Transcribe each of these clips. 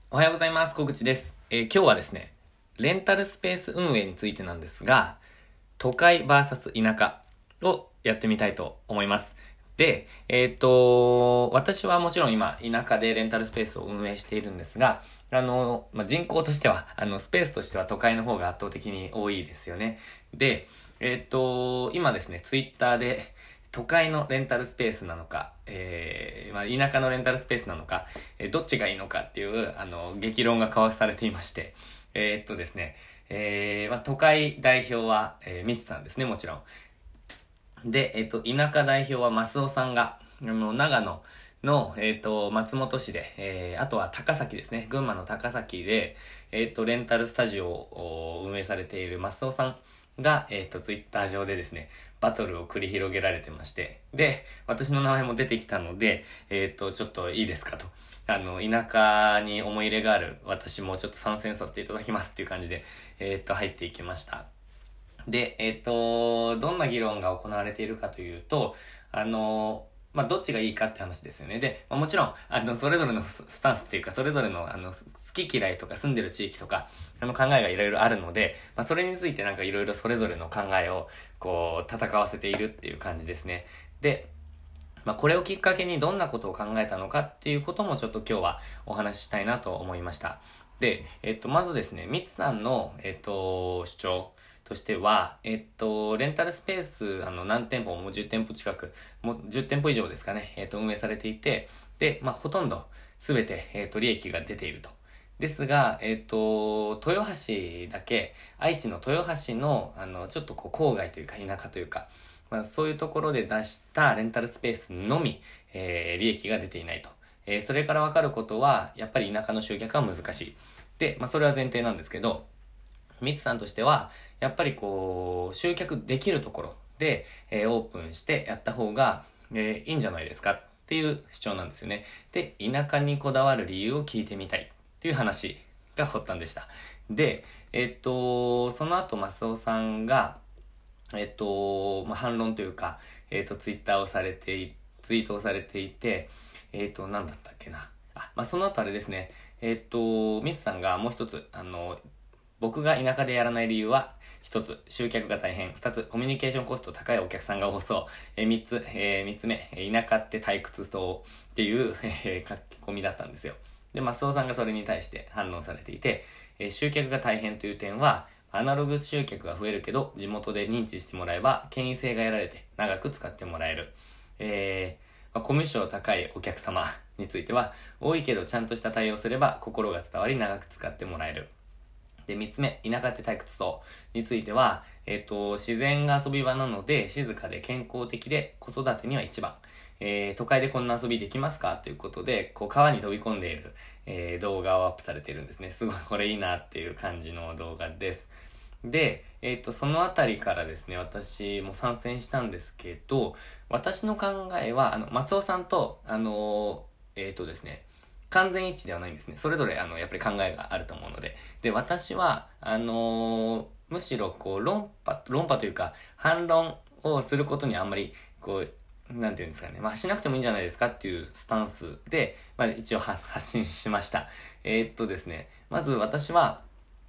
おはようございます。小口です。今日はですね、レンタルスペース運営についてなんですが、都会 VS 田舎をやってみたいと思います。で、私はもちろん今、田舎でレンタルスペースを運営しているんですが、人口としては、スペースとしては都会の方が圧倒的に多いですよね。で、今ですね、ツイッターで、都会のレンタルスペースなのか、田舎のレンタルスペースなのか、どっちがいいのかっていう、激論が交わされていまして、ですね、都会代表は、ミツさんですね、もちろん。で、田舎代表はマスオさんが、長野の、松本市で、あとは高崎ですね、群馬の高崎で、レンタルスタジオを運営されているマスオさんが、ツイッター上でですね、バトルを繰り広げられてまして、で、私の名前も出てきたので、ちょっといいですかと。田舎に思い入れがある私もちょっと参戦させていただきますっていう感じで、入っていきました。で、どんな議論が行われているかというと、どっちがいいかって話ですよね。で、もちろん、それぞれのスタンスっていうか、それぞれの、好き嫌いとか住んでる地域とか、考えがいろいろあるので、それについてなんかいろいろそれぞれの考えを、戦わせているっていう感じですね。で、これをきっかけにどんなことを考えたのかっていうこともちょっと今日はお話ししたいなと思いました。で、まずですね、ミツさんの、主張としては、レンタルスペース、何店舗も10店舗近く、もう10店舗以上ですかね、運営されていて、で、ほとんど全て、利益が出ていると。ですが、豊橋だけ、愛知の豊橋の、ちょっと郊外というか田舎というか、そういうところで出したレンタルスペースのみ、利益が出ていないと。それからわかることは、やっぱり田舎の集客は難しい。で、それは前提なんですけど、ミツさんとしては、やっぱり集客できるところで、オープンしてやった方が、いいんじゃないですかっていう主張なんですよね。で、田舎にこだわる理由を聞いてみたいっていう話が発端でした。で、その後、マスオさんが、反論というか、ツイッターをされてツイートをされていて、なんだったっけな。その後あれですね、ミツさんがもう一つ、僕が田舎でやらない理由は、一つ、集客が大変。二つ、コミュニケーションコスト高いお客さんが多そう。三つ目、田舎って退屈そうっていう、書き込みだったんですよ。で、マスオさんがそれに対して反論されていて、集客が大変という点は、アナログ集客が増えるけど、地元で認知してもらえば、権威性が得られて、長く使ってもらえる。コミュ障高いお客様については、多いけどちゃんとした対応すれば、心が伝わり長く使ってもらえる。で、三つ目、田舎って退屈そうについては、自然が遊び場なので、静かで健康的で子育てには一番。都会でこんな遊びできますかということで、川に飛び込んでいる、動画をアップされているんですね。すごいこれいいなっていう感じの動画です。で、そのあたりからですね、私も参戦したんですけど、私の考えは、松尾さんと、ですね、完全一致ではないんですね。それぞれ、やっぱり考えがあると思うので。で、私は、むしろ、論破というか、反論をすることにあんまり、なんていうんですかね。しなくてもいいんじゃないですかっていうスタンスで、一応発信しました。ですね、まず私は、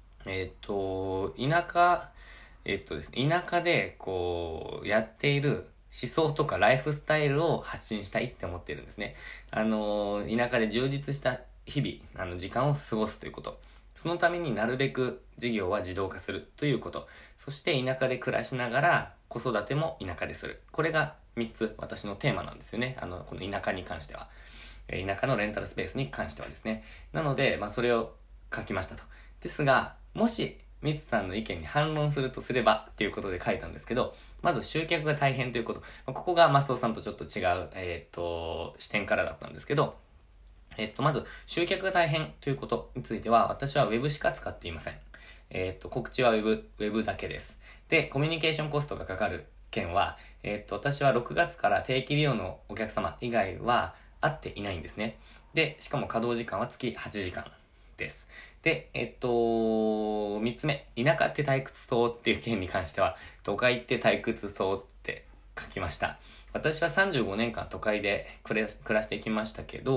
田舎、ですね、田舎で、やっている思想とかライフスタイルを発信したいって思っているんですね。田舎で充実した日々、時間を過ごすということ。そのためになるべく事業は自動化するということ。そして田舎で暮らしながら子育ても田舎でする。これが3つ私のテーマなんですよね。この田舎に関しては。田舎のレンタルスペースに関してはですね。なので、それを書きましたと。ですが、もし、ミツさんの意見に反論するとすればっていうことで書いたんですけど、まず集客が大変ということ。ここがマスオさんとちょっと違う、視点からだったんですけど、まず、集客が大変ということについては、私は Web しか使っていません。告知は Web だけです。で、コミュニケーションコストがかかる件は、私は6月から定期利用のお客様以外は会っていないんですね。で、しかも稼働時間は月8時間です。で、3つ目、田舎って退屈そうっていう件に関しては、都会って退屈そうって書きました。私は35年間都会で暮らしてきましたけど、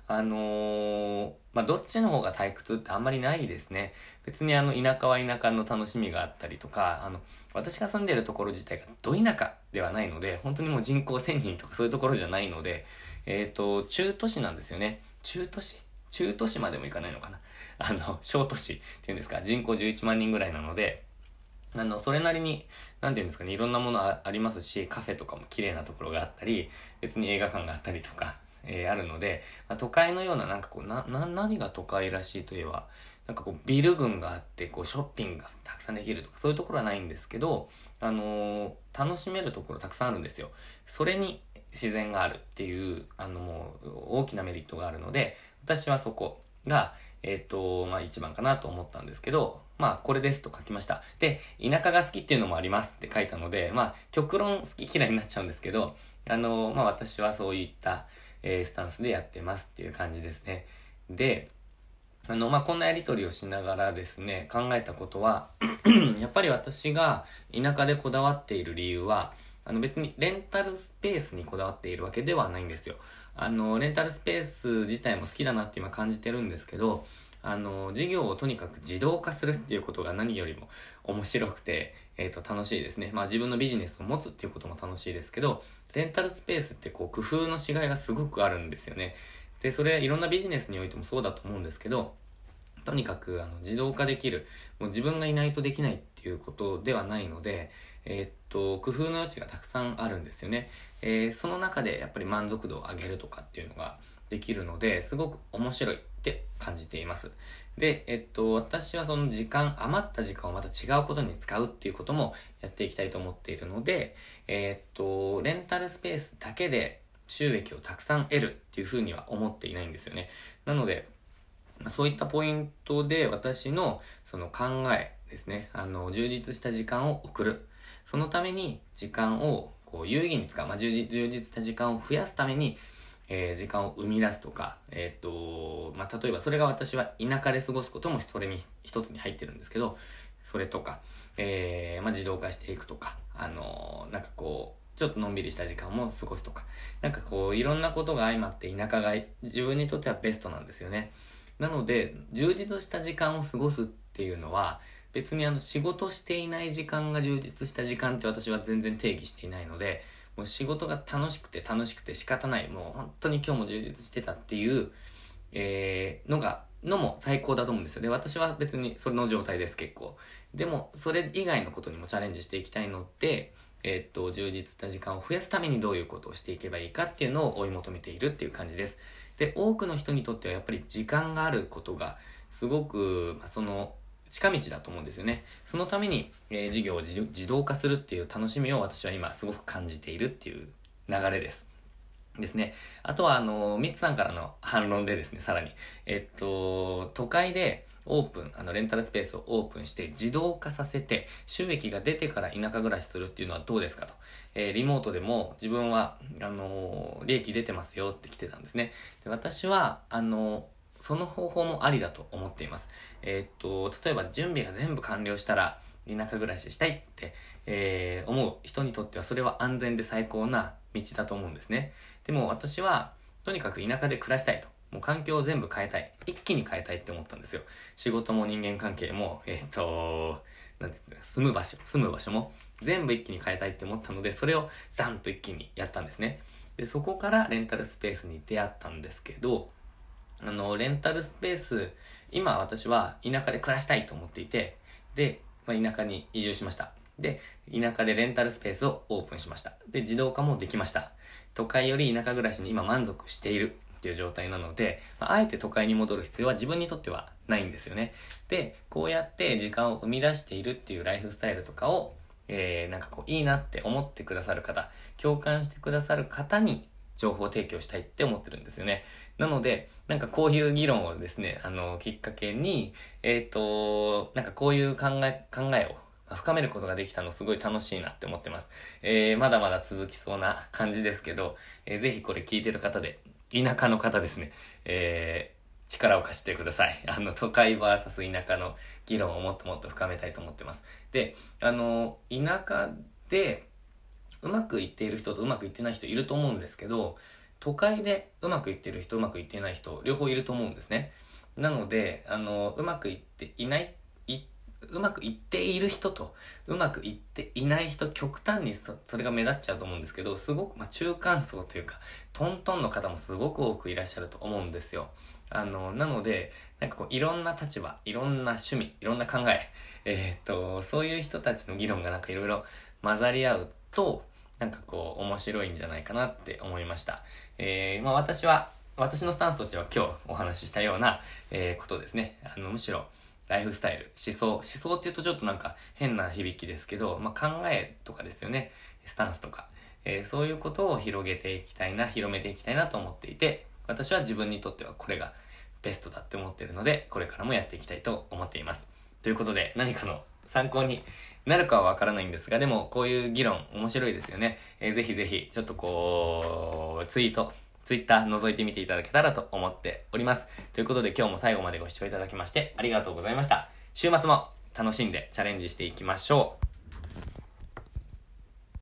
どっちの方が退屈ってあんまりないですね。別に田舎は田舎の楽しみがあったりとか、私が住んでるところ自体がど田舎ではないので、本当にもう人口1000人とかそういうところじゃないので、中都市なんですよね。中都市までもいかないのかな。小都市っていうんですか、人口11万人ぐらいなので、それなりに、なんていうんですかね、いろんなものありますし、カフェとかも綺麗なところがあったり、別に映画館があったりとか、あるので、都会のような、なんかこう、何が都会らしいといえば、なんかこう、ビル群があって、こう、ショッピングがたくさんできるとか、そういうところはないんですけど、楽しめるところたくさんあるんですよ。それに自然があるっていう、もう、大きなメリットがあるので、私はそこが、一番かなと思ったんですけど、これですと書きました。で、田舎が好きっていうのもありますって書いたので、極論好き嫌いになっちゃうんですけど、私はそういった、スタンスでやってますっていう感じですね。で、こんなやりとりをしながらですね、考えたことは、やっぱり私が田舎でこだわっている理由は、別にレンタルスペースにこだわっているわけではないんですよ。レンタルスペース自体も好きだなって今感じてるんですけど、事業をとにかく自動化するっていうことが何よりも面白くて、楽しいですね。自分のビジネスを持つっていうことも楽しいですけど、レンタルスペースってこう工夫のしがいがすごくあるんですよね。で、それいろんなビジネスにおいてもそうだと思うんですけど、とにかく自動化できる、もう自分がいないとできないっていうことではないので、工夫の余地がたくさんあるんですよね。その中でやっぱり満足度を上げるとかっていうのができるので、すごく面白いって感じています。で、私はその余った時間をまた違うことに使うっていうこともやっていきたいと思っているので、レンタルスペースだけで収益をたくさん得るっていうふうには思っていないんですよね。なので、そういったポイントで私のその考えですね、充実した時間を送る。そのために時間をこう有意義に使う。充実した時間を増やすために、時間を生み出すとか、例えばそれが私は田舎で過ごすこともそれに一つに入ってるんですけど、それとか、自動化していくとか、ちょっとのんびりした時間も過ごすとか、いろんなことが相まって田舎が自分にとってはベストなんですよね。なので、充実した時間を過ごすっていうのは、別に仕事していない時間が充実した時間って私は全然定義していないので、もう仕事が楽しくて仕方ない、もう本当に今日も充実してたっていう、のも最高だと思うんですよ。で、私は別にそれの状態です、結構。でも、それ以外のことにもチャレンジしていきたいので、充実した時間を増やすためにどういうことをしていけばいいかっていうのを追い求めているっていう感じです。で、多くの人にとってはやっぱり時間があることがすごく、近道だと思うんですよね。そのために、事業を自動化するっていう楽しみを私は今すごく感じているっていう流れです。ですね。あとは、ミツさんからの反論でですね、さらに、都会でオープン、レンタルスペースをオープンして自動化させて収益が出てから田舎暮らしするっていうのはどうですかと。リモートでも自分は、利益出てますよって来てたんですね。で、私は、その方法もありだと思っています。例えば準備が全部完了したら田舎暮らししたいって、思う人にとってはそれは安全で最高な道だと思うんですね。でも私はとにかく田舎で暮らしたいと。もう環境を全部変えたい。一気に変えたいって思ったんですよ。仕事も人間関係も、住む場所も全部一気に変えたいって思ったので、それをダンと一気にやったんですね。で、そこからレンタルスペースに出会ったんですけど、レンタルスペース、今私は田舎で暮らしたいと思っていて、で、田舎に移住しました。で、田舎でレンタルスペースをオープンしました。で、自動化もできました。都会より田舎暮らしに今満足しているっていう状態なので、あえて都会に戻る必要は自分にとってはないんですよね。で、こうやって時間を生み出しているっていうライフスタイルとかを、いいなって思ってくださる方、共感してくださる方に情報提供したいって思ってるんですよね。なので、こういう議論をですね、きっかけに、こういう考えを深めることができたのすごい楽しいなって思ってます。まだまだ続きそうな感じですけど、ぜひこれ聞いてる方で、田舎の方ですね、力を貸してください。都会 VS 田舎の議論をもっともっと深めたいと思ってます。で、田舎でうまくいっている人とうまくいってない人いると思うんですけど、 都会でうまくいってる人、うまくいっていない人、両方いると思うんですね。なので、うまくいっていない、うまくいっている人と、うまくいっていない人、極端にそれが目立っちゃうと思うんですけど、すごく、中間層というか、トントンの方もすごく多くいらっしゃると思うんですよ。なので、なんかこう、いろんな立場、いろんな趣味、いろんな考え、そういう人たちの議論がなんかいろいろ混ざり合うと、なんかこう、面白いんじゃないかなって思いました。私のスタンスとしては今日お話ししたような、ことですね。むしろ、ライフスタイル、思想っていうとちょっとなんか変な響きですけど、考えとかですよね。スタンスとか。そういうことを広めていきたいなと思っていて、私は自分にとってはこれがベストだって思っているので、これからもやっていきたいと思っています。ということで、何かの参考になるかはわからないんですが、でもこういう議論面白いですよね。ぜひぜひ、ちょっとこう、ツイッター覗いてみていただけたらと思っております。ということで今日も最後までご視聴いただきましてありがとうございました。週末も楽しんでチャレンジしていきましょう。